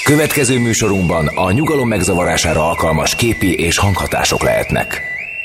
Következő műsorunkban a nyugalom megzavarására alkalmas képi és hanghatások lehetnek.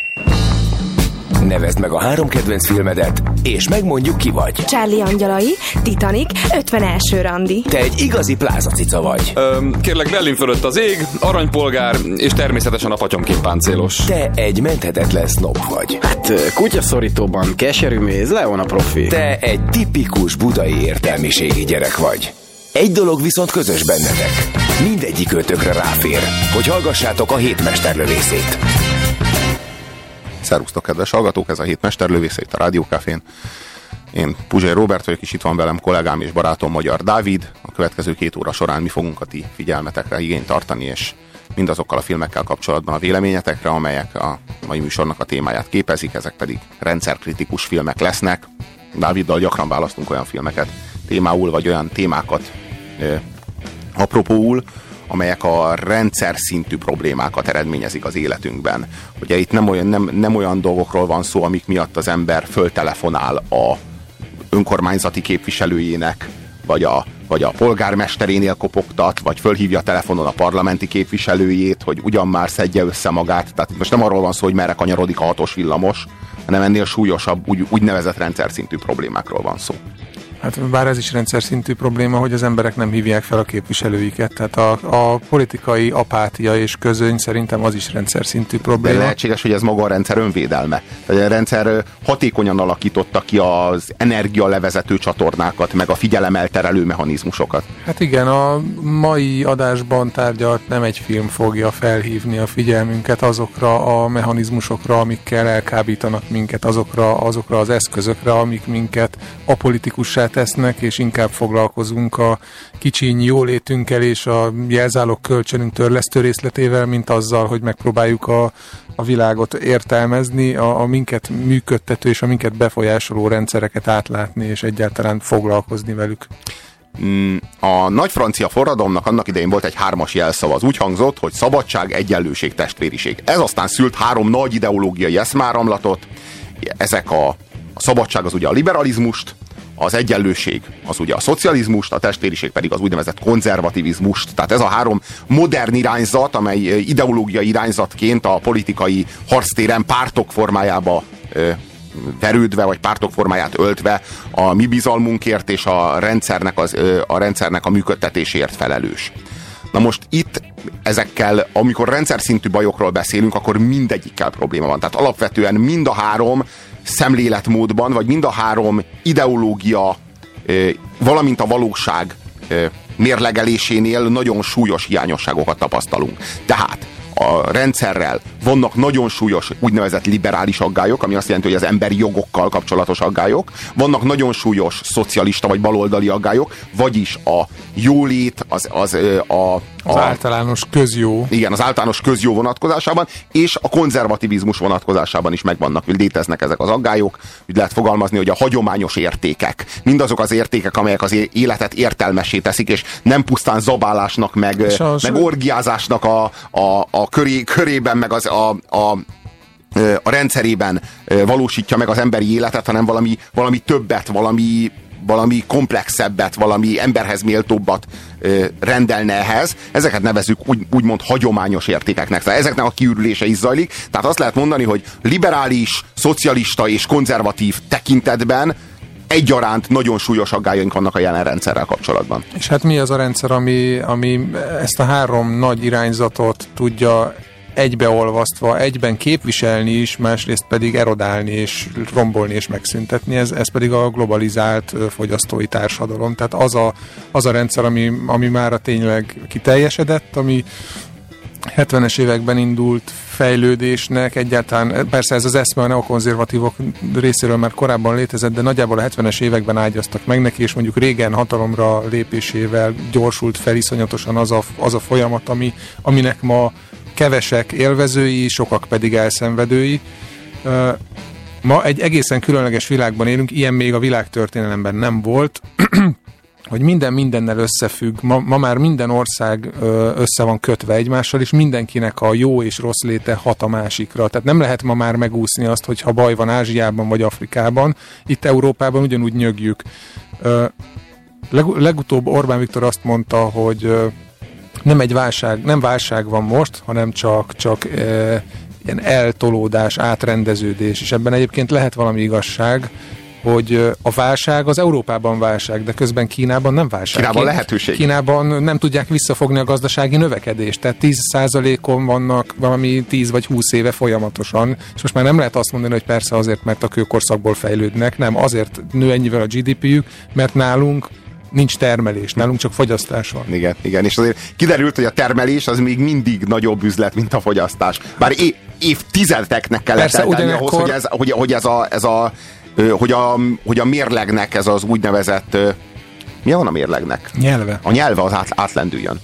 Nevezd meg a 3 kedvenc filmedet, és megmondjuk, ki vagy. Charlie angyalai, Titanic, 51. randi. Te egy igazi plázacica vagy. Kérlek, Berlin fölött az ég, aranypolgár, és természetesen a patyomként páncélos. Te egy menthetetlen sznob vagy. Hát kutyaszorítóban keserű méz, Leon a profi. Te egy tipikus budai értelmiségi gyerek vagy. Egy dolog viszont közös bennetek. Mindegyik ötökre ráfér, hogy hallgassátok a Hét mesterlövészét. Szervusztok, kedves hallgatók, ez a Hét mesterlövészét a Rádiókafén. Én Puzsér Róbert vagyok, és itt van velem kollégám és barátom Magyar Dávid. A következő 2 óra során mi fogunk a ti figyelmetekre igényt tartani, és mindazokkal a filmekkel kapcsolatban a véleményetekre, amelyek a mai műsornak a témáját képezik, ezek pedig rendszerkritikus filmek lesznek. Dáviddal gyakran választunk olyan filmeket témául, vagy olyan témákat apropóul, amelyek a rendszer szintű problémákat eredményezik az életünkben. Ugye itt nem olyan dolgokról van szó, amik miatt az ember föltelefonál a önkormányzati képviselőjének, vagy a polgármesterénél kopogtat, vagy fölhívja telefonon a parlamenti képviselőjét, hogy ugyan már szedje össze magát. Tehát most nem arról van szó, hogy merre kanyarodik a 6-os villamos, hanem ennél súlyosabb, úgynevezett rendszer szintű problémákról van szó. Hát bár ez is rendszer szintű probléma, hogy az emberek nem hívják fel a képviselőiket. Tehát a politikai apátia és közöny szerintem az is rendszer szintű probléma. De lehetséges, hogy ez maga a rendszer önvédelme. Tehát a rendszer hatékonyan alakította ki az energialevezető csatornákat, meg a figyelemelterelő mechanizmusokat. Hát igen, a mai adásban tárgyalt nem egy film fogja felhívni a figyelmünket azokra a mechanizmusokra, amikkel elkábítanak minket, azokra az eszközökre, amik minket apolitikussá tesznek, és inkább foglalkozunk a kicsiny jólétünkkel és a jelzálog kölcsönünk törlesztő részletével, mint azzal, hogy megpróbáljuk a világot értelmezni, a minket működtető és a minket befolyásoló rendszereket átlátni, és egyáltalán foglalkozni velük. A nagy francia forradalomnak annak idején volt egy 3-as jelszava. Az úgy hangzott, hogy szabadság, egyenlőség, testvériség. Ez aztán szült 3 nagy ideológiai eszmáramlatot. Ezek a szabadság az ugye a liberalizmust, az egyenlőség az ugye a szocializmust, a testvériség pedig az úgynevezett konzervativizmust. Tehát ez a 3 modern irányzat, amely ideológiai irányzatként a politikai harctéren pártok formájába verődve, vagy pártok formáját öltve a mi bizalmunkért és a rendszernek a működtetéséért felelős. Na most itt ezekkel, amikor rendszer szintű bajokról beszélünk, akkor mindegyikkel probléma van. Tehát alapvetően mind a 3 szemléletmódban, vagy mind a 3 ideológia, valamint a valóság mérlegelésénél nagyon súlyos hiányosságokat tapasztalunk. Tehát a rendszerrel vannak nagyon súlyos úgynevezett liberális aggályok, ami azt jelenti, hogy az emberi jogokkal kapcsolatos aggályok, vannak nagyon súlyos szocialista vagy baloldali aggályok, vagyis a jólét, az általános közjó. Igen, az általános közjó vonatkozásában, és a konzervativizmus vonatkozásában is léteznek ezek az aggályok. Úgy lehet fogalmazni, hogy a hagyományos értékek, mindazok az értékek, amelyek az életet értelmessé teszik, és nem pusztán zabálásnak, meg orgiázásnak a körében, meg a rendszerében valósítja meg az emberi életet, hanem valami többet, valami komplexebbet, valami emberhez méltóbbat rendelne ehhez. Ezeket nevezzük úgymond hagyományos értékeknek. Tehát ezeknek a kiürülése is zajlik. Tehát azt lehet mondani, hogy liberális, szocialista és konzervatív tekintetben egyaránt nagyon súlyos aggályaink vannak a jelen rendszerrel kapcsolatban. És hát mi az a rendszer, ami ezt a 3 nagy irányzatot tudja egybeolvasztva, egyben képviselni is, másrészt pedig erodálni és rombolni és megszüntetni, ez pedig a globalizált fogyasztói társadalom. Tehát az a rendszer, ami mára tényleg kiteljesedett, ami 70-es években indult fejlődésnek, egyáltalán persze ez az eszme a neokonzervatívok részéről már korábban létezett, de nagyjából a 70-es években ágyaztak meg neki, és mondjuk régen hatalomra lépésével gyorsult fel iszonyatosan az a folyamat, aminek ma kevesek élvezői, sokak pedig elszenvedői. Ma egy egészen különleges világban élünk, ilyen még a világtörténelemben nem volt, hogy minden mindennel összefügg. Ma már minden ország össze van kötve egymással, és mindenkinek a jó és rossz léte hat a másikra. Tehát nem lehet ma már megúszni azt, hogy ha baj van Ázsiában vagy Afrikában, itt Európában ugyanúgy nyögjük. Legutóbb Orbán Viktor azt mondta, hogy nem válság van most, hanem csak ilyen eltolódás, átrendeződés, és ebben egyébként lehet valami igazság, hogy a válság az Európában válság, de közben Kínában nem válság. Kínában lehetőség. Kínában nem tudják visszafogni a gazdasági növekedést, tehát 10%-on vannak valami 10 vagy 20 éve folyamatosan, és most már nem lehet azt mondani, hogy persze azért, mert a kőkorszakból fejlődnek, nem, azért nő ennyivel a GDP-jük, mert nálunk nincs termelés, nálunk csak fogyasztás van. Igen, és azért kiderült, hogy a termelés az még mindig nagyobb üzlet, mint a fogyasztás. Bár évtizedeknek kellett eltenni ahhoz, hogy a mérlegnek ez az úgynevezett... Mi van a mérlegnek? Nyelve. A nyelve az átlendüljön.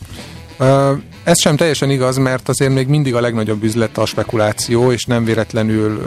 Ez sem teljesen igaz, mert azért még mindig a legnagyobb üzlet a spekuláció, és nem véletlenül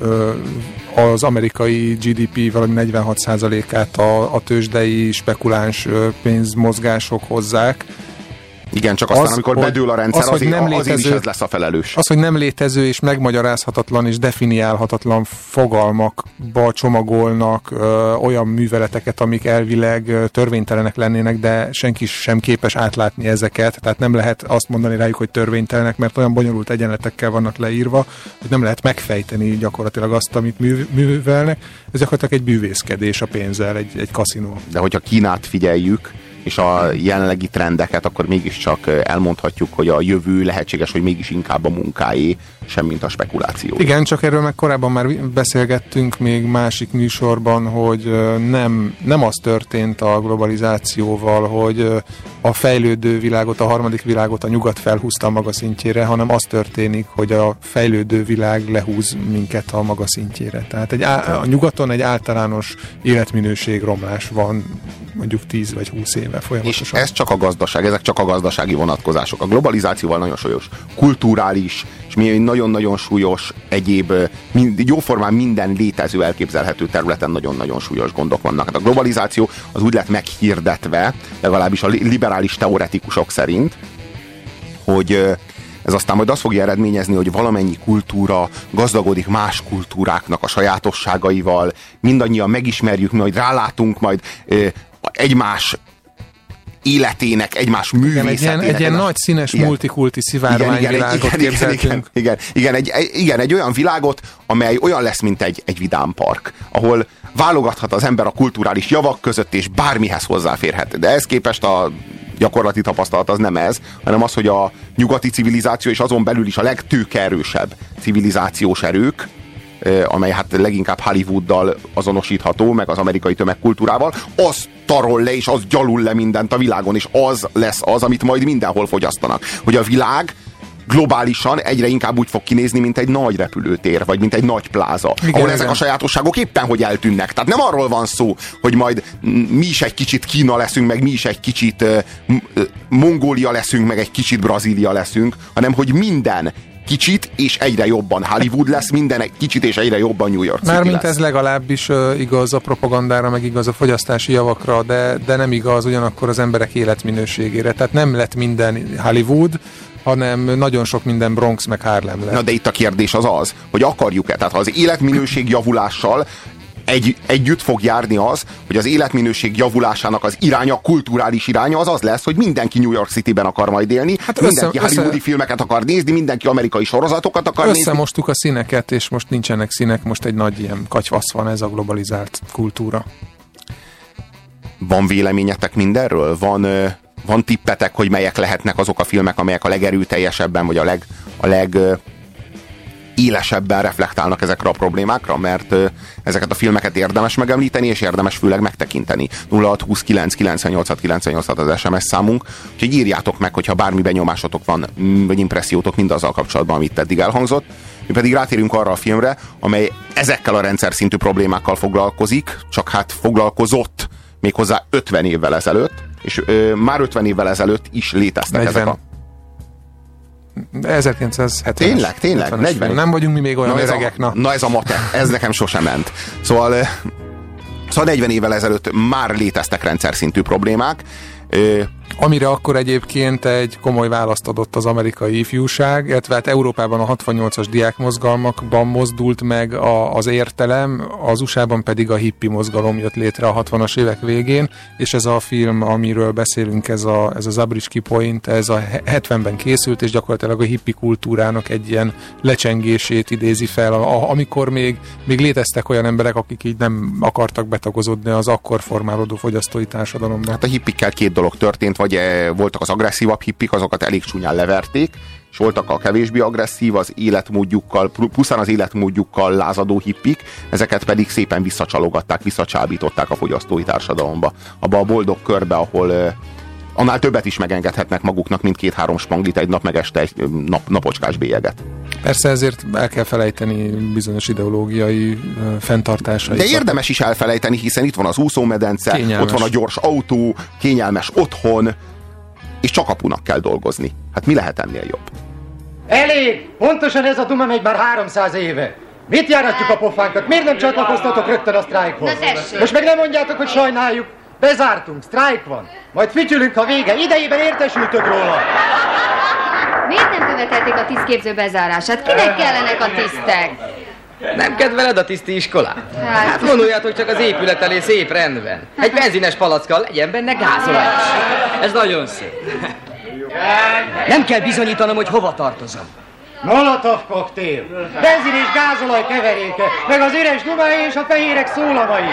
az amerikai GDP valami 46%-át a tőzsdei spekuláns pénzmozgások hozzák. Igen, csak aztán, amikor bedől a rendszer, az is ez lesz a felelős. Az, hogy nem létező és megmagyarázhatatlan és definiálhatatlan fogalmakba csomagolnak olyan műveleteket, amik elvileg törvénytelenek lennének, de senki sem képes átlátni ezeket, tehát nem lehet azt mondani rájuk, hogy törvénytelenek, mert olyan bonyolult egyenletekkel vannak leírva, hogy nem lehet megfejteni gyakorlatilag azt, amit művelnek. Ez gyakorlatilag egy bűvészkedés a pénzzel, egy kaszinó. De hogyha Kínát figyeljük, és a jelenlegi trendeket, akkor mégiscsak elmondhatjuk, hogy a jövő lehetséges, hogy mégis inkább a munkáé, semmint a spekuláció. Igen, csak erről meg korábban már beszélgettünk még másik műsorban, hogy nem az történt a globalizációval, hogy a fejlődő világot, a harmadik világot a nyugat felhúzta a maga szintjére, hanem az történik, hogy a fejlődő világ lehúz minket a maga szintjére. Tehát a nyugaton egy általános életminőségromlás van mondjuk 10 vagy 20 éve folyamatosan. És ez csak a gazdaság, ezek csak a gazdasági vonatkozások. A globalizációval nagyon súlyos kulturális, és nagyon-nagyon súlyos egyéb, jóformán minden létező elképzelhető területen nagyon-nagyon súlyos gondok vannak. Hát a globalizáció az úgy lett meghirdetve, legalábbis a liberális teoretikusok szerint, hogy ez aztán majd azt fogja eredményezni, hogy valamennyi kultúra gazdagodik más kultúráknak a sajátosságaival, mindannyian megismerjük, majd rálátunk, majd egymás életének, egymás művészetének. Egy ilyen nagy színes multikulti szivárványvilágot képzeltünk. Igen, egy olyan világot, amely olyan lesz, mint egy vidámpark, ahol válogathat az ember a kulturális javak között, és bármihez hozzáférhet. De ehhez képest a gyakorlati tapasztalat az nem ez, hanem az, hogy a nyugati civilizáció, és azon belül is a legtőkeerősebb civilizációs erők, amely hát leginkább Hollywooddal azonosítható, meg az amerikai tömegkultúrával, az tarol le, és az gyalul le mindent a világon, és az lesz az, amit majd mindenhol fogyasztanak. Hogy a világ globálisan egyre inkább úgy fog kinézni, mint egy nagy repülőtér, vagy mint egy nagy pláza, igen, ahol ezek a sajátosságok éppen hogy eltűnnek. Tehát nem arról van szó, hogy majd mi is egy kicsit Kína leszünk, meg mi is egy kicsit Mongólia leszünk, meg egy kicsit Brazília leszünk, hanem hogy minden kicsit és egyre jobban Hollywood lesz, minden egy kicsit és egyre jobban New York City lesz. Mármint ez legalábbis igaz a propagandára, meg igaz a fogyasztási javakra, de nem igaz ugyanakkor az emberek életminőségére. Tehát nem lett minden Hollywood, hanem nagyon sok minden Bronx meg Harlem lett. Na de itt a kérdés az, hogy akarjuk-e? Tehát ha az életminőség javulással együtt fog járni az, hogy az életminőség javulásának az iránya, kulturális iránya az lesz, hogy mindenki New York Cityben akar majd élni, hát mindenki hollywoodi filmeket akar nézni, mindenki amerikai sorozatokat akar nézni. Összemostuk a színeket, és most nincsenek színek, most egy nagy ilyen katyvasz van ez a globalizált kultúra. Van véleményetek mindenről? Van tippetek, hogy melyek lehetnek azok a filmek, amelyek a legerőteljesebben, vagy a élesebben reflektálnak ezekre a problémákra, mert ezeket a filmeket érdemes megemlíteni, és érdemes főleg megtekinteni. 0629 98 98 az SMS számunk, úgyhogy írjátok meg, hogyha bármi benyomásotok van, vagy impressziótok mindazzal kapcsolatban, amit eddig elhangzott. Mi pedig rátérünk arra a filmre, amely ezekkel a rendszer szintű problémákkal foglalkozik, csak hát foglalkozott méghozzá 50 évvel ezelőtt, és már 50 évvel ezelőtt is léteztek 40. ezek a... 1970. Tényleg? 40. Nem vagyunk mi még olyan öregek. Na ez a matek, ez nekem sosem ment. Szóval 40 évvel ezelőtt már léteztek rendszer szintű problémák. amire akkor egyébként egy komoly választ adott az amerikai ifjúság, illetve hát Európában a 68-as diákmozgalmakban mozdult meg az értelem, az USA-ban pedig a hippi mozgalom jött létre a 60-as évek végén, és ez a film, amiről beszélünk, ez a Zabriskie Point, ez a 70-ben készült, és gyakorlatilag a hippi kultúrának egy ilyen lecsengését idézi fel, amikor még léteztek olyan emberek, akik így nem akartak betagozódni az akkor formálódó fogyasztói társadalomban. Hát a hippikkel két dolog történt, vagy voltak az agresszívabb hippik, azokat elég csúnyán leverték, és voltak a kevésbé agresszív, az életmódjukkal, pusztán az életmódjukkal lázadó hippik, ezeket pedig szépen visszacsalogatták, visszacsábították a fogyasztói társadalomba. Abba a boldog körbe, ahol annál többet is megengedhetnek maguknak, mint 2-3 spanglit egy nap, meg este egy napocskás bélyeget. Persze ezért el kell felejteni bizonyos ideológiai fenntartásait. De érdemes is elfelejteni, hiszen itt van az úszómedence, kényelmes. Ott van a gyors autó, kényelmes otthon, és csak apunak kell dolgozni. Hát mi lehet ennél jobb? Elég! Pontosan ez a duma megy már 300 éve. Mit járatjuk a pofánkat? Miért nem csatlakoztatok rögtön a sztrájkhoz? Most meg nem mondjátok, hogy sajnáljuk. Bezártunk, sztrájk van. Majd fütyülünk, ha vége. Idejében értesültök róla. Miért nem követelték a tisztképző bezárását? Kinek kellenek a tisztek? Nem kedveled a tiszti iskolát? Hát vonuljátok csak az épület elé szép rendben. Egy benzines palackkal legyen benne gázolaj. Ez nagyon szép. Nem kell bizonyítanom, hogy hova tartozom. Molotov koktél, benzin és gázolaj keveréke, meg az üres dumái és a fehérek szólamai.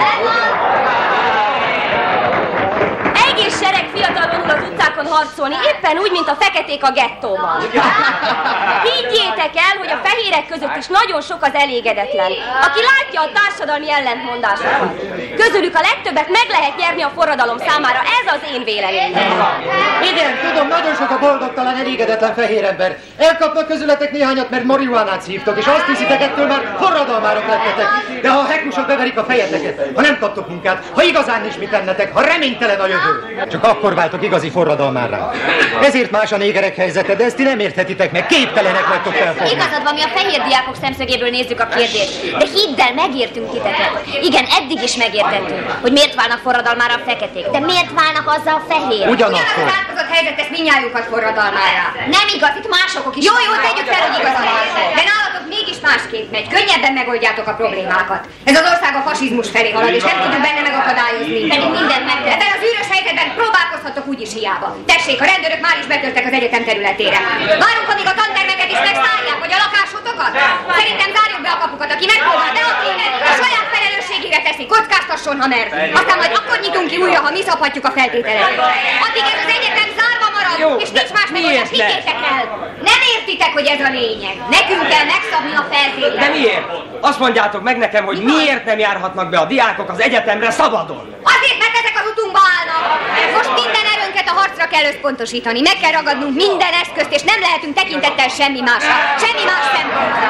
Egész sereg fiatal vonul az utcákon harcolni, éppen úgy, mint a feketék a gettóban. Higgyétek el, hogy a fehérek között is nagyon sok az elégedetlen, aki látja a társadalmi ellentmondásokat. Közülük a legtöbbet meg lehet nyerni a forradalom számára, ez az én véleményem. Igen, tudom, nagyon sok a boldogtalan, elégedetlen fehér ember. Elkapnak közületek néhányat, mert marihuánát szívtok, és azt hiszitek, ettől már forradalmárok lettetek. De ha a hekusok beverik a fejeteket, ha nem kaptok munkát, ha igazán nincs mit tennetek, ha reménytelen a jövő, csak akkor váltok igazi forradalmárra. Ezért más a négerek helyzete, de ezt ti nem érthetitek meg, képtelenek vagytok felfogni. Igazad van, mi a fehér diákok szemszögéből nézzük a kérdést, de hidd el, megértünk titeket. Igen, eddig is megértettünk, hogy miért válnak forradalmára a feketék, de miért válnak azzal a fehér? Ugyanakkor. Az átkozott helyzet tesz mindnyájunkat forradalmára. Nem igaz, itt másokok is. Jó, tegyük fel, hogy igazad van. De nálatok mégis másképp megy. Könnyebben megoldjátok a problémákat. Ez az ország a fasizmus felé halad, és nem tudjuk benne megakadályozni. Pedig mindent megtett. Ebben az űrös helyzetben próbálkozhatok úgyis hiába. Tessék, a rendőrök már is betörtek az egyetem területére. Várunk, amíg a tantermeket is megszállják, vagy a lakásotokat? Szerintem zárjuk be a kapukat, aki megpróbál beakadni, a saját felelősségére teszi, kockáztasson, ha mer. Aztán majd akkor nyitunk ki újra, ha mi szabhatjuk a feltételeket. Addig ez az egyetem zárva marad, jó, és nincs más megoldás, higgyétek el. Nem értitek, hogy ez a lényeg. Nekünk kell megszabni a feltételeket. De miért? Azt mondjátok meg nekem, hogy miért nem járhatnak be a diákok az egyetemre szabadon? Azért, mert ezek az utunkba állnak. Most minden erőnket a harcra kell összpontosítani. Meg kell ragadnunk minden eszközt, és nem lehetünk tekintettel semmi másra. Semmi más szempontra.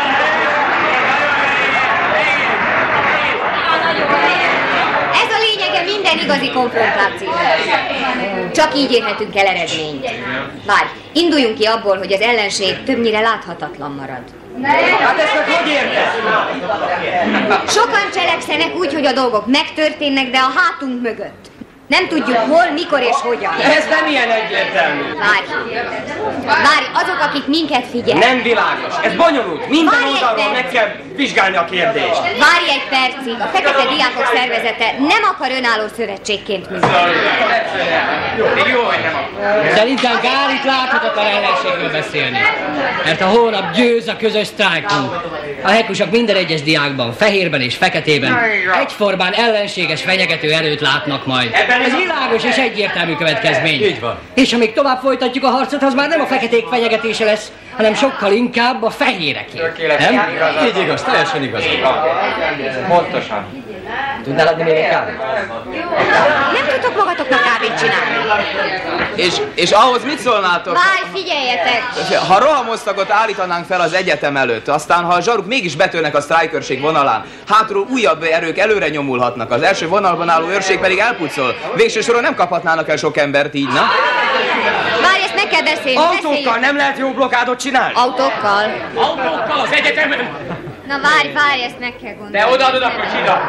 Ez a lényege minden igazi konfrontációnak. Csak így érhetünk el eredményt. Várj, induljunk ki abból, hogy az ellenség többnyire láthatatlan marad. Hát ezt meg hogy érted? Sokan cselekszenek úgy, hogy a dolgok megtörténnek, de a hátunk mögött. Nem tudjuk hol, mikor és hogyan. Ez nem ilyen egyértelmű. Várj, azok, akik minket figyelnek. Nem világos, ez bonyolult. Minden oldalról meg kell vizsgálni a kérdést. Várj egy percig, a Fekete Diákok Szervezete nem akar önálló szövetségként működni. Jó, hogy nem akar. Szerintem kár itt láthatatlan ellenségről beszélni. Mert a holnap győz a közös sztrájkunk. A hekusok minden egyes diákban, fehérben és feketében egyformán ellenséges fenyegető erőt látnak majd. Ez világos és egyértelmű következmény. Így van. És amíg tovább folytatjuk a harcot, az már nem a feketék fenyegetése lesz, hanem sokkal inkább a fehéreké. Nem? Így igaz, teljesen igaz. Pontosan. Tudnál adni még egy kávét? Nem tudtok magatoknak kávét csinálni. És ahhoz mit szólnátok? Várj, figyeljetek! Ha rohamosztagot állítanánk fel az egyetem előtt, aztán ha a zsaruk mégis betörnek a sztrájkőrség vonalán, hátulról újabb erők előre nyomulhatnak, az első vonalban álló őrség pedig elpucol. Végső soron nem kaphatnának el sok embert így, na? Várj, ezt meg kell beszélni. Autókkal nem lehet jó blokkádot csinálni? Autókkal? Autókkal az egyetemen? Na várj, ezt meg kell gondolni. De odaadod a kocsidat!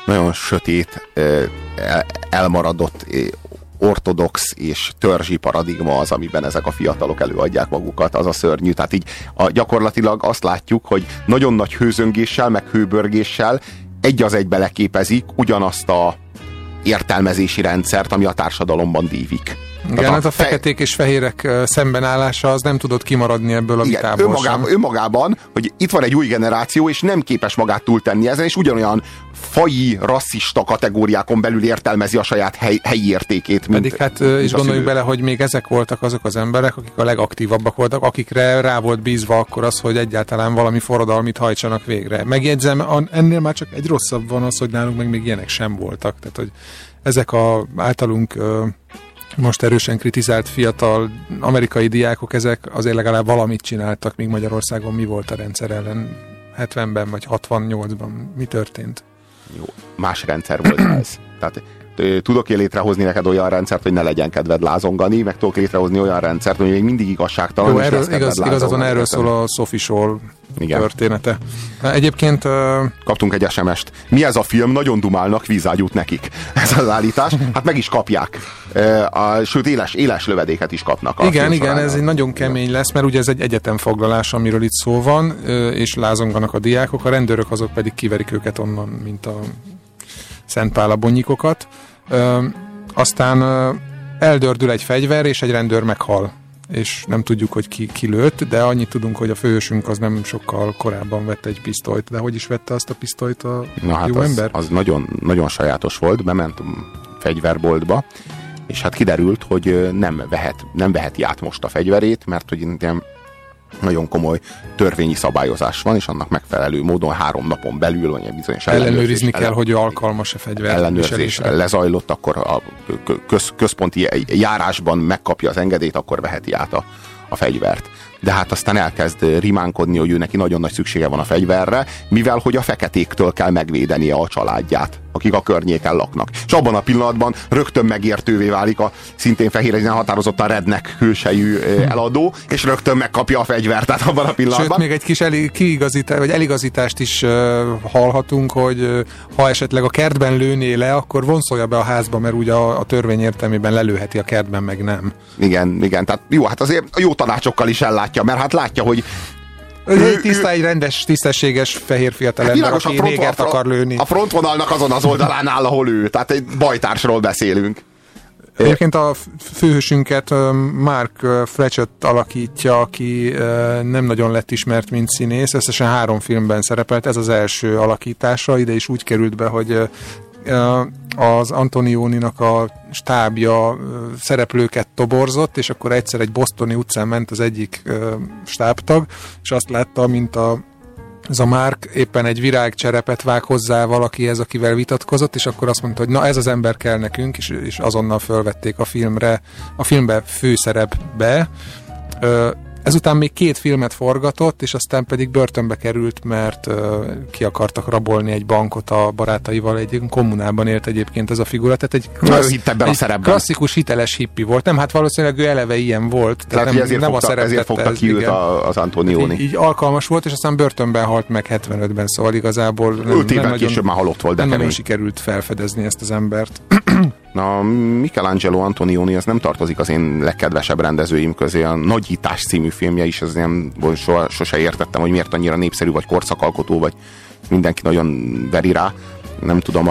nagyon sötét, elmaradott, ortodox és törzsi paradigma az, amiben ezek a fiatalok előadják magukat, az a szörnyű. Tehát így gyakorlatilag azt látjuk, hogy nagyon nagy hőzöngéssel, meg hőbörgéssel egy az egybe leképezik ugyanazt a értelmezési rendszert, ami a társadalomban dívik. Igen, hát a feketék és fehérek szembenállása az nem tudott kimaradni ebből a vitából sem. Önmagában, hogy itt van egy új generáció, és nem képes magát túltenni ezen, és ugyanolyan faji, rasszista kategóriákon belül értelmezi a saját helyi értékét. Pedig hát is gondoljuk bele, hogy még ezek voltak azok az emberek, akik a legaktívabbak voltak, akikre rá volt bízva akkor az, hogy egyáltalán valami forradalmit hajtsanak végre. Megjegyzem, ennél már csak egy rosszabb van az, hogy nálunk meg még ilyenek sem voltak. Tehát, hogy ezek a általunk most erősen kritizált fiatal amerikai diákok, ezek azért legalább valamit csináltak, míg Magyarországon mi volt a rendszer ellen 70-ben vagy 68-ban? Mi történt? Jó, más rendszer volt ez. Tehát tudok én létrehozni neked olyan rendszert, hogy ne legyen kedved lázongani, meg tudok létrehozni olyan rendszert, hogy még mindig igazságtalan. Jó, igazadon erről szól a Sophie Scholl története. Egyébként kaptunk egy SMS-t. Mi ez a film? Nagyon dumálnak, vízágyút nekik. Ez az állítás. Hát meg is kapják. Sőt, éles lövedéket is kapnak. Igen, ez egy nagyon kemény lesz, mert ugye ez egy egyetemfoglalás, amiről itt szó van, és lázonganak a diákok, a rendőrök azok pedig kiverik őket onnan, mint a Szent Pál a bonnyikokat. Aztán eldördül egy fegyver, és egy rendőr meghal. És nem tudjuk, hogy ki lőtt, de annyit tudunk, hogy a főhősünk az nem sokkal korábban vett egy pisztolyt. De hogy is vette azt a pisztolyt a jó ember? Az nagyon, nagyon sajátos volt, bement fegyverboltba, és hát kiderült, hogy nem veheti át most a fegyverét, mert hogy nagyon komoly törvényi szabályozás van, és annak megfelelő módon 3 napon belül, vagy bizonyos ellenőrizni kell, hogy alkalmas a fegyver. Ellenőrzés lezajlott, akkor a központi járásban megkapja az engedélyt, akkor veheti át a fegyvert. De hát aztán elkezd rimánkodni, hogy ő neki nagyon nagy szüksége van a fegyverre, mivel hogy a feketéktől kell megvédenie a családját, akik a környéken laknak. És abban a pillanatban rögtön megértővé válik a szintén fehér, egy határozottan redneck hősejű eladó, és rögtön megkapja a fegyvert, tehát abban a pillanatban. Sőt, még egy kis eligazítást is hallhatunk, hogy ha esetleg a kertben lőné le, akkor vonszolja be a házba, mert ugye a törvény értelmében lelőheti, a kertben meg nem. Igen, tehát jó, hát azért a jó tanácsokkal is ellátja, mert hát látja, hogy egy rendes, tisztességes fehér fiatal ember, aki négert akar lőni. A frontvonalnak azon az oldalán áll, ahol ő. Tehát egy bajtársról beszélünk. Egyébként a főhősünket Mark Fletchett alakítja, aki nem nagyon lett ismert, mint színész. Összesen 3 filmben szerepelt. Ez az első alakítása. Ide is úgy került be, hogy az Antonioninak a stábja szereplőket toborzott, és akkor egyszer egy bostoni utcán ment az egyik stábtag, és azt látta, mint ez a Mark éppen egy virágcserepet vág hozzá valakihez, akivel vitatkozott, és akkor azt mondta, hogy na ez az ember kell nekünk, és azonnal fölvették a filmbe főszerepbe. Ezután még 2 filmet forgatott, és aztán pedig börtönbe került, mert ki akartak rabolni egy bankot a barátaival. Egy kommunában élt egyébként ez a figura. Tehát egy klasszikus hiteles hippi volt. Nem, hát valószínűleg ő eleve ilyen volt. Tehát ezért fogta ki őt az Antonioni. Így alkalmas volt, és aztán börtönben halt meg 75-ben, szóval igazából később már halott volt, de nem nagyon sikerült felfedezni ezt az embert. Na, Michelangelo Antonioni az nem tartozik az én legkedvesebb rendezőim közé. A Nagyítás című filmje is, ez nem, sose értettem, hogy miért annyira népszerű, vagy korszakalkotó, vagy mindenki nagyon veri rá. Nem tudom,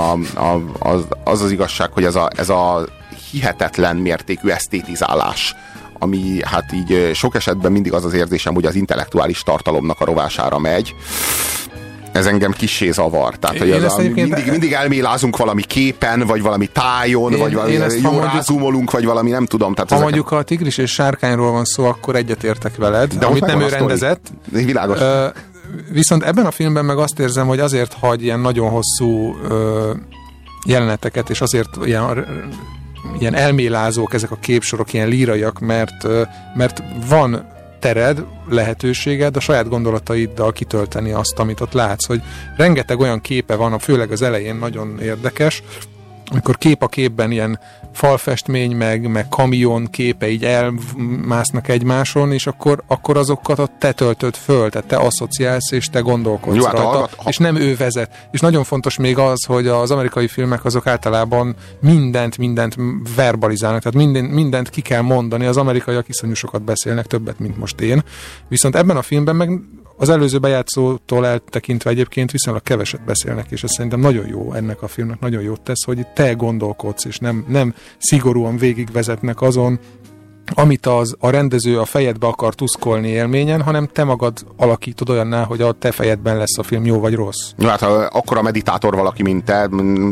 az igazság, hogy ez a hihetetlen mértékű esztétizálás, ami hát így sok esetben mindig az érzésem, hogy az intellektuális tartalomnak a rovására megy. Ez engem kissé zavar. Tehát, hogy mindig elmélázunk valami képen, vagy valami tájon, vagy valami jól rázumolunk, vagy valami, nem tudom. Tehát ha mondjuk a Tigris és Sárkányról van szó, akkor egyetértek veled, de amit nem ő rendezett. Világos. Viszont ebben a filmben meg azt érzem, hogy azért hagy ilyen nagyon hosszú jeleneteket, és azért ilyen elmélázók ezek a képsorok, ilyen líraiak, mert van tered, lehetőséged a saját gondolataiddal kitölteni azt, amit ott látsz, hogy rengeteg olyan képe van, főleg az elején nagyon érdekes, amikor kép a képben ilyen falfestmény, meg kamion képe így elmásznak egymáson, és akkor azokat te töltöd föl, tehát te asszociálsz, és te gondolkodsz rajta, és nem ő vezet. És nagyon fontos még az, hogy az amerikai filmek azok általában mindent verbalizálnak, tehát mindent ki kell mondani, az amerikaiak iszonyú sokat beszélnek, többet, mint most én. Viszont ebben a filmben meg az előző bejátszótól eltekintve egyébként viszonylag keveset beszélnek, és ez szerintem nagyon jó, ennek a filmnek nagyon jót tesz, hogy te gondolkodsz, és nem szigorúan végigvezetnek azon, amit a rendező a fejedbe akar tuszkolni élményen, hanem te magad alakítod olyanná, hogy a te fejedben lesz a film jó vagy rossz. Jó, hát ha akkora meditátor valaki, mint te,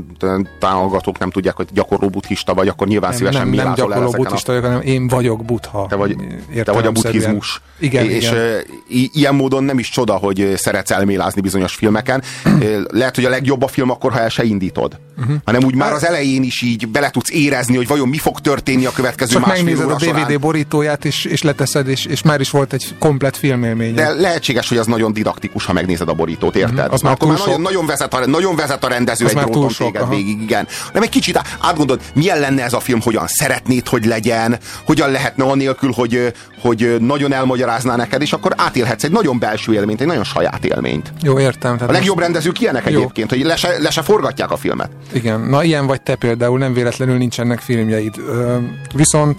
hallgatók nem tudják, hogy gyakorló buddhista vagy, akkor nyilván szívesen nem gyakorló buddhista vagyok, hanem én vagyok buddha. Te vagy a buddhizmus. Igen, és ilyen módon nem is csoda, hogy szeretsz elmélázni bizonyos filmeken. Lehet, hogy a legjobb a film akkor, ha el se indítod. Hanem úgy már az elején is így bele tudsz érezni, hogy vajon mi fog történni a következő másfél óra során. DVD borítóját, és leteszed, és már is volt egy komplett filmélmény. De lehetséges, hogy az nagyon didaktikus, ha megnézed a borítót, érted? Az már akkor már nagyon vezet a rendező egy dróton téged végig, igen. Nem egy kicsit átgondolod, milyen lenne ez a film, hogyan szeretnéd, hogy legyen, hogyan lehetne anélkül, hogy nagyon elmagyarázná neked, és akkor átélhetsz egy nagyon belső élményt, egy nagyon saját élményt. Jó, értem. A legjobb rendezők ilyenek egyébként, hogy le se forgatják a filmet. Igen, na ilyen vagy te például, nem véletlenül nincsenek filmjeid. Viszont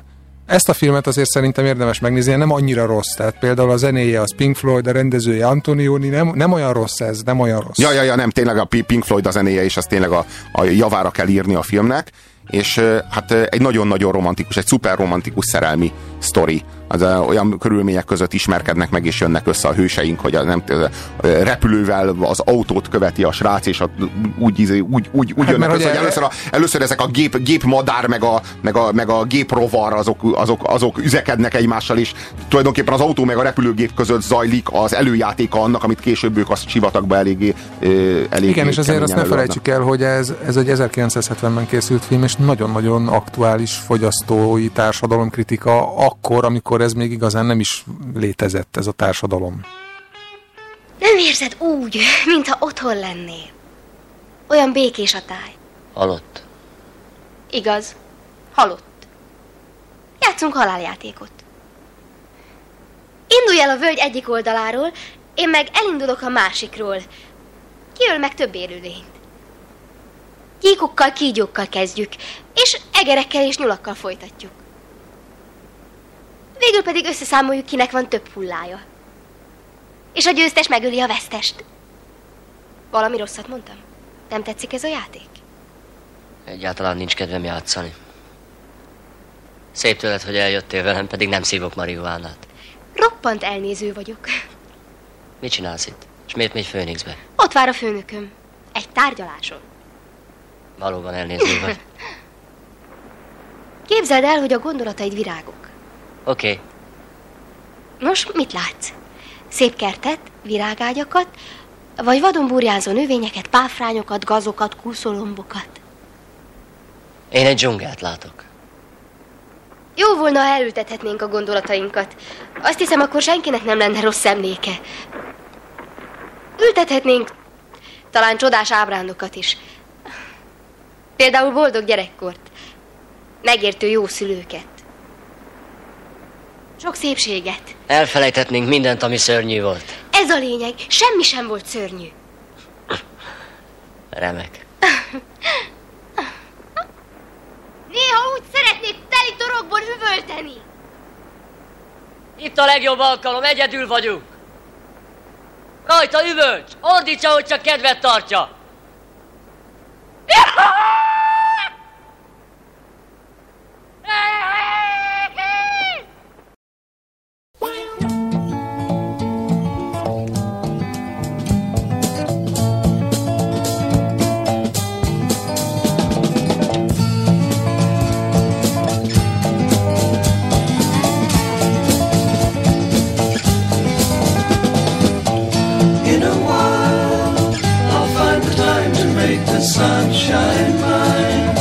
ezt a filmet azért szerintem érdemes megnézni, nem annyira rossz. Tehát például a zenéje az Pink Floyd, a rendezője Antonioni, nem olyan rossz ez, nem olyan rossz. Ja, nem, tényleg a Pink Floyd a zenéje, és azt tényleg a javára kell írni a filmnek, és hát egy nagyon-nagyon romantikus, egy szuper romantikus szerelmi sztori. Az olyan körülmények között ismerkednek meg, és jönnek össze a hőseink, hogy repülővel az autót követi a srác, és úgy jönnek össze, hogy először ezek a gépmadár, meg a géprovar, azok üzekednek egymással, és tulajdonképpen az autó meg a repülőgép között zajlik az előjátéka annak, amit később ők a sivatagba eléggé igen, és azért azt ne felejtsük el, hogy ez egy 1970-ben készült film, és nagyon-nagyon aktuális fogyasztói társadalomkritika akkor, amikor ez még igazán nem is létezett, ez a társadalom. Nem érzed úgy, mintha otthon lennél? Olyan békés a táj. Halott. Igaz, halott. Játszunk haláljátékot. Indulj el a völgy egyik oldaláról, én meg elindulok a másikról. Kiöl meg több élőlényt. Gyíkokkal, kígyókkal kezdjük, és egerekkel és nyulakkal folytatjuk. Végül pedig összeszámoljuk, kinek van több hullája. És a győztes megöli a vesztest. Valami rosszat mondtam? Nem tetszik ez a játék? Egyáltalán nincs kedvem játszani. Szép tőled, hogy eljöttél velem, pedig nem szívok marihuánát. Roppant elnéző vagyok. Mit csinálsz itt? És miért megy Phoenixbe? Ott vár a főnököm. Egy tárgyaláson. Valóban elnéző vagy. Képzeld el, hogy a gondolataid virágok. Oké. Nos, mit látsz? Szép kertet, virágágyakat, vagy vadon burjánzó növényeket, páfrányokat, gazokat, kúszolombokat? Én egy dzsungelt látok. Jó volna, ha elültethetnénk a gondolatainkat. Azt hiszem, akkor senkinek nem lenne rossz emléke. Ültethetnénk talán csodás ábrándokat is. Például boldog gyerekkort, megértő jó szülőket. Sok szépséget. Elfelejthetnénk mindent, ami szörnyű volt. Ez a lényeg, semmi sem volt szörnyű. Remek. Néha úgy szeretnék teli torokból üvölteni. Itt a legjobb alkalom, egyedül vagyunk. Rajta üvölts, ordítsa, hogy csak kedvet tartja. Sunshine mine.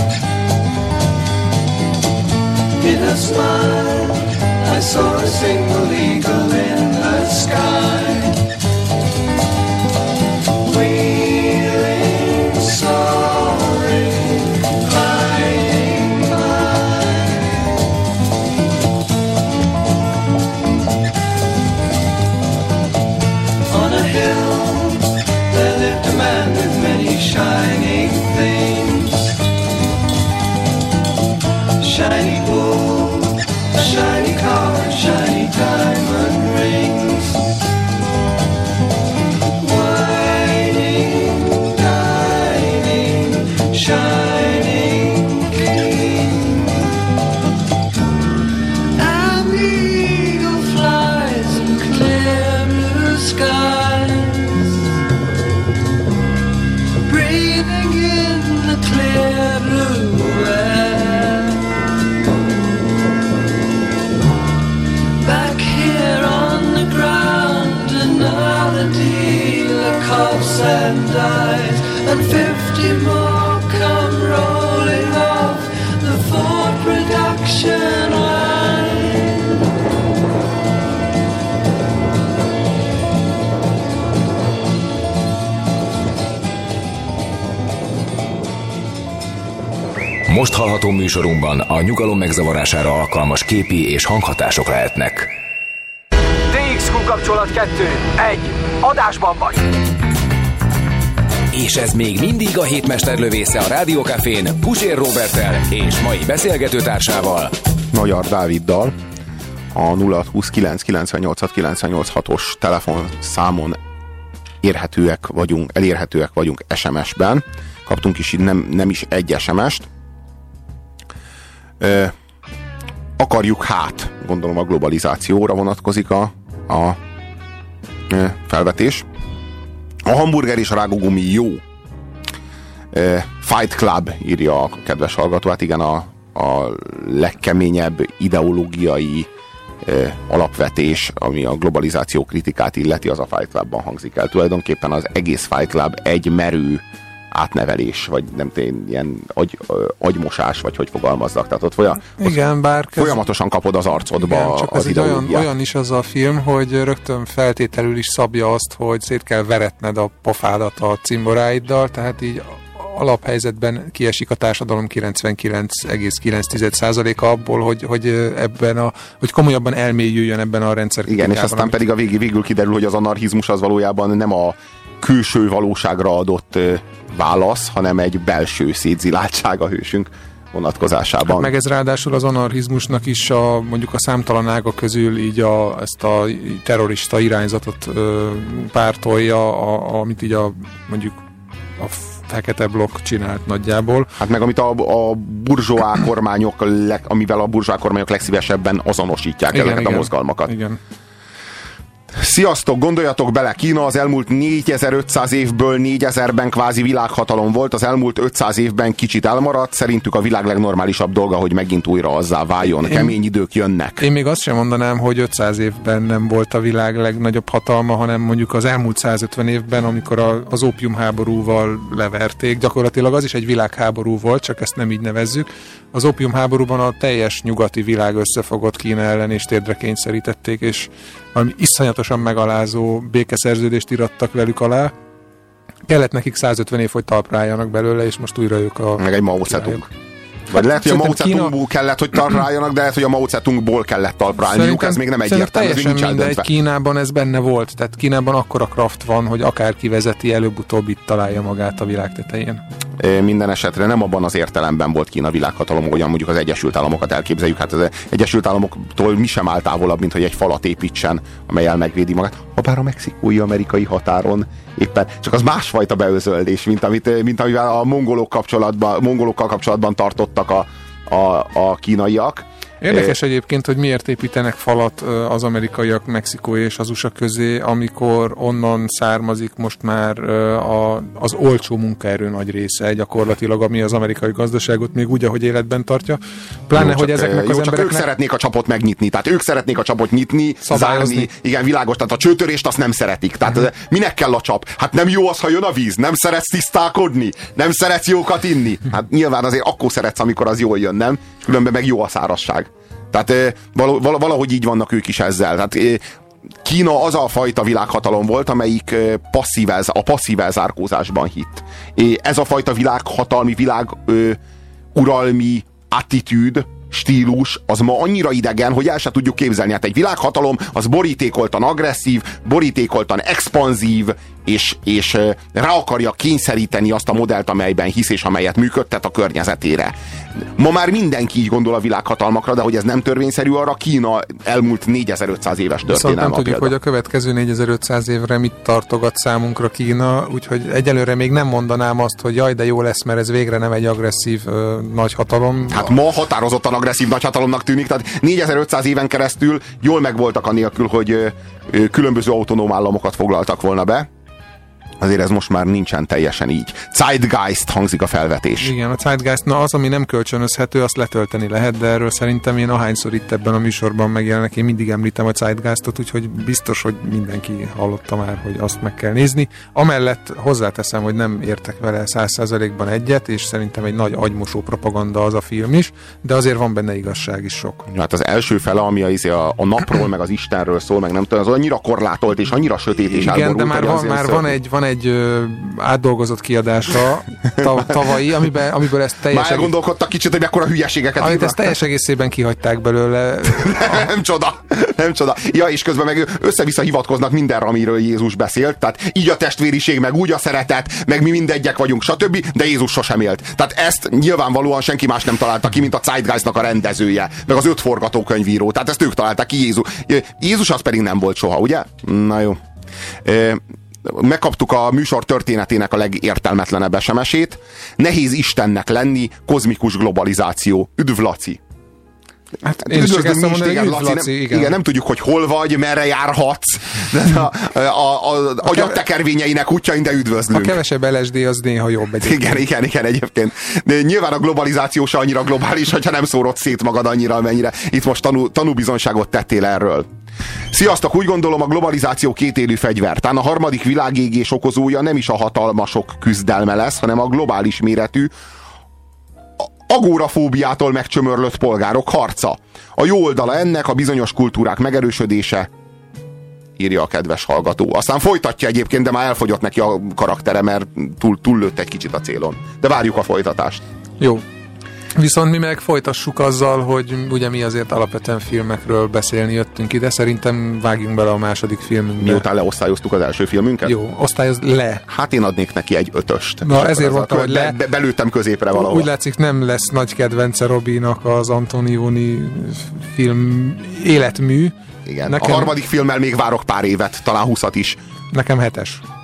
In a smile, I saw a single eagle in the sky, wheeling, soaring everywhere. Back here on the ground, another dealer coughs and dies, and 50 more come rolling off the Ford production line. Most hallható műsorunkban a nyugalom megzavarására alkalmas képi és hanghatások lehetnek. DXQ kapcsolat 2. 1. Adásban vagy! És ez még mindig a hétmesterlövésze a Rádió Cafén Puzsér Roberttel és mai beszélgetőtársával, Magyar Dáviddal. A 0629986986-os telefonszámon elérhetőek vagyunk SMS-ben. Kaptunk is nem is egy SMS-t. Akarjuk gondolom a globalizációra vonatkozik a felvetés. A hamburger és a rágógumi jó. Fight Club, írja a kedves hallgató. Hát igen, a legkeményebb ideológiai alapvetés, ami a globalizáció kritikát illeti, az a Fight Clubban hangzik el. Tulajdonképpen az egész Fight Club egy merő átnevelés, vagy nem tudom, ilyen agymosás, vagy hogy fogalmazzak. Tehát ott folyamatosan kapod az arcodba, igen, csak az ideológiát. Olyan is az a film, hogy rögtön feltételül is szabja azt, hogy szét kell veretned a pofádat a cimboráiddal, tehát így alaphelyzetben kiesik a társadalom 99,9%-a abból, hogy komolyabban elmélyüljön ebben a rendszerkritikában. Igen, és aztán pedig a végül kiderül, hogy az anarchizmus az valójában nem a külső valóságra adott válasz, hanem egy belső szétziláltság a hősünk vonatkozásában. Hát meg ez ráadásul az anarchizmusnak is mondjuk a számtalan ága közül így ezt a terrorista irányzatot pártolja, amit így mondjuk a fekete blokk csinált nagyjából. Hát meg amit a burzsóá kormányok, amivel a burzsóá kormányok legszívesebben azonosítják ezeket a mozgalmakat. Igen. Sziasztok, gondoljatok bele, Kína az elmúlt 4500 évből 4000-ben kvázi világhatalom volt, az elmúlt 500 évben kicsit elmaradt, szerintük a világ legnormálisabb dolga, hogy megint újra azzá váljon. Kemény idők jönnek. Én még azt sem mondanám, hogy 500 évben nem volt a világ legnagyobb hatalma, hanem mondjuk az elmúlt 150 évben, amikor az ópiumháborúval leverték, gyakorlatilag az is egy világháború volt, csak ezt nem így nevezzük. Az ópiumháborúban a teljes nyugati világ összefogott Kína ellen, és térdre kényszerítették, és valami iszonyatosan megalázó békeszerződést irattak velük alá. Kellett nekik 150 év, hogy talpra álljanak belőle, és most újra ők a... Meg egy Mao Zedong. Vagy lehet, hogy a Mao Zedongból kellett, hogy talpra álljanak, de lehet, hogy a Mao Zedongból kellett talpra állniuk, ez még nem egyértelmű. Teljesen mindegy, Kínában ez benne volt, tehát Kínában akkora kraft van, hogy akárki vezeti, előbb-utóbb itt találja magát a világ tetején. Minden esetre nem abban az értelemben volt Kína világhatalom, hogyan mondjuk az Egyesült Államokat elképzeljük. Hát az Egyesült Államoktól mi sem áll távolabb, mint hogy egy falat építsen, amelyel megvédi magát. Habár a mexikói-amerikai határon éppen, csak az másfajta beözöldés, mint amivel a mongolokkal kapcsolatban tartottak a kínaiak. Érdekes egyébként, hogy miért építenek falat az amerikaiak Mexikó és az USA közé, amikor onnan származik most már az olcsó munkaerő nagy része gyakorlatilag, ami az amerikai gazdaságot még úgy, ahogy életben tartja. Pláne, hogy ezeknek az embereknek... ők szeretnék a csapot megnyitni, tehát ők szeretnék a csapot nyitni, zárni. Igen, világos, tehát a csőtörést azt nem szeretik. Tehát minek kell a csap? Hát nem jó az, ha jön a víz, nem szeretsz tisztálkodni, nem szeretsz jókat inni. Hát nyilván azért akkor szeretsz, amikor az jól jön, nem? Különben meg jó a szárazság. Tehát valahogy így vannak ők is ezzel. Tehát Kína az a fajta világhatalom volt, amelyik a passzív elzárkózásban hitt. Ez a fajta világhatalmi, uralmi attitűd, stílus, az ma annyira idegen, hogy el se tudjuk képzelni. Hát egy világhatalom, az borítékoltan agresszív, borítékoltan expanzív, és rá akarja kényszeríteni azt a modellt, amelyben hisz, és amelyet működtet a környezetére. Ma már mindenki így gondol a világhatalmakra, de hogy ez nem törvényszerű, arra Kína elmúlt 4500 éves történelme. Nem tudjuk, hogy a következő 4500 évre mit tartogat számunkra Kína, úgyhogy egyelőre még nem mondanám azt, hogy jaj, de jó lesz, mert ez végre nem egy agresszív nagyhatalom. Hát ma határozottan agresszív nagyhatalomnak tűnik, tehát 4500 éven keresztül jól megvoltak anélkül, hogy különböző autonóm államokat foglaltak volna be. azért ez most már nincsen teljesen így. Zeitgeist hangzik a felvetés. Igen, a Zeitgeist, na az, ami nem kölcsönözhető, azt letölteni lehet, de erről szerintem én ahányszor itt ebben a műsorban megjelenek, én mindig említem a Zeitgeistot, úgyhogy biztos, hogy mindenki hallotta már, hogy azt meg kell nézni. Amellett hozzáteszem, hogy nem értek vele 100%-ban egyet, és szerintem egy nagy agymosó propaganda az a film is, de azért van benne igazság is sok. Hát az első fele, ami a napról, meg az Istenről szól, meg nem tudom, az annyira korlátolt, és annyira sötét és igen, de már van egy átdolgozott kiadása tavalyi, amiből ezt teljes... Már elgondolkodtak kicsit, hogy mekkora hülyeségeket amit ezt teljes egészében kihagyták belőle. Nem csoda. Ja, és közben meg össze-vissza hivatkoznak mindenre, amiről Jézus beszélt, tehát így a testvériség, meg úgy a szeretet, meg mi mindegyek vagyunk, stb., de Jézus sosem élt. Tehát ezt nyilvánvalóan senki más nem találta ki, mint a Zeitgeistnak a rendezője, meg az 5 forgatókönyvíró. Tehát ezt ők találták ki, Jézus az pedig nem volt soha, ugye? Na jó. Megkaptuk a műsor történetének a legértelmetlenebb SMS-ét. Nehéz Istennek lenni, kozmikus globalizáció. Üdv, Laci! Hát én is üdvözlöm mi is téged, Laci. Igen, nem tudjuk, hogy hol vagy, merre járhatsz. A agyattekervényeinek útjain, de üdvözlünk. A kevesebb LSD az néha jobb egyébként. Igen, egyébként. De nyilván a globalizáció se annyira globális, hogyha nem szórod szét magad annyira, amennyire itt most tanúbizonyságot tettél erről. Sziasztok, úgy gondolom, a globalizáció kétélű fegyver. Tán a harmadik világégés okozója nem is a hatalmasok küzdelme lesz, hanem a globális méretű agórafóbiától megcsömörlött polgárok harca. A jó oldala ennek a bizonyos kultúrák megerősödése, írja a kedves hallgató. Aztán folytatja egyébként, de már elfogyott neki a karaktere, mert túllőtt egy kicsit a célon. De várjuk a folytatást. Jó. Viszont mi meg folytassuk azzal, hogy ugye mi azért alapvetően filmekről beszélni jöttünk ide, szerintem vágjunk bele a második filmünkbe. Miután leosztályoztuk az első filmünket? Jó, osztályoz le. Hát én adnék neki egy 5-öst. Na ezért mondtam, hogy le. Belőttem középre valahol. Úgy látszik, nem lesz nagy kedvence Robinak az Antonioni film életmű. Igen, nekem... a harmadik filmmel még várok pár évet, talán 20-at is. Nekem 7-es.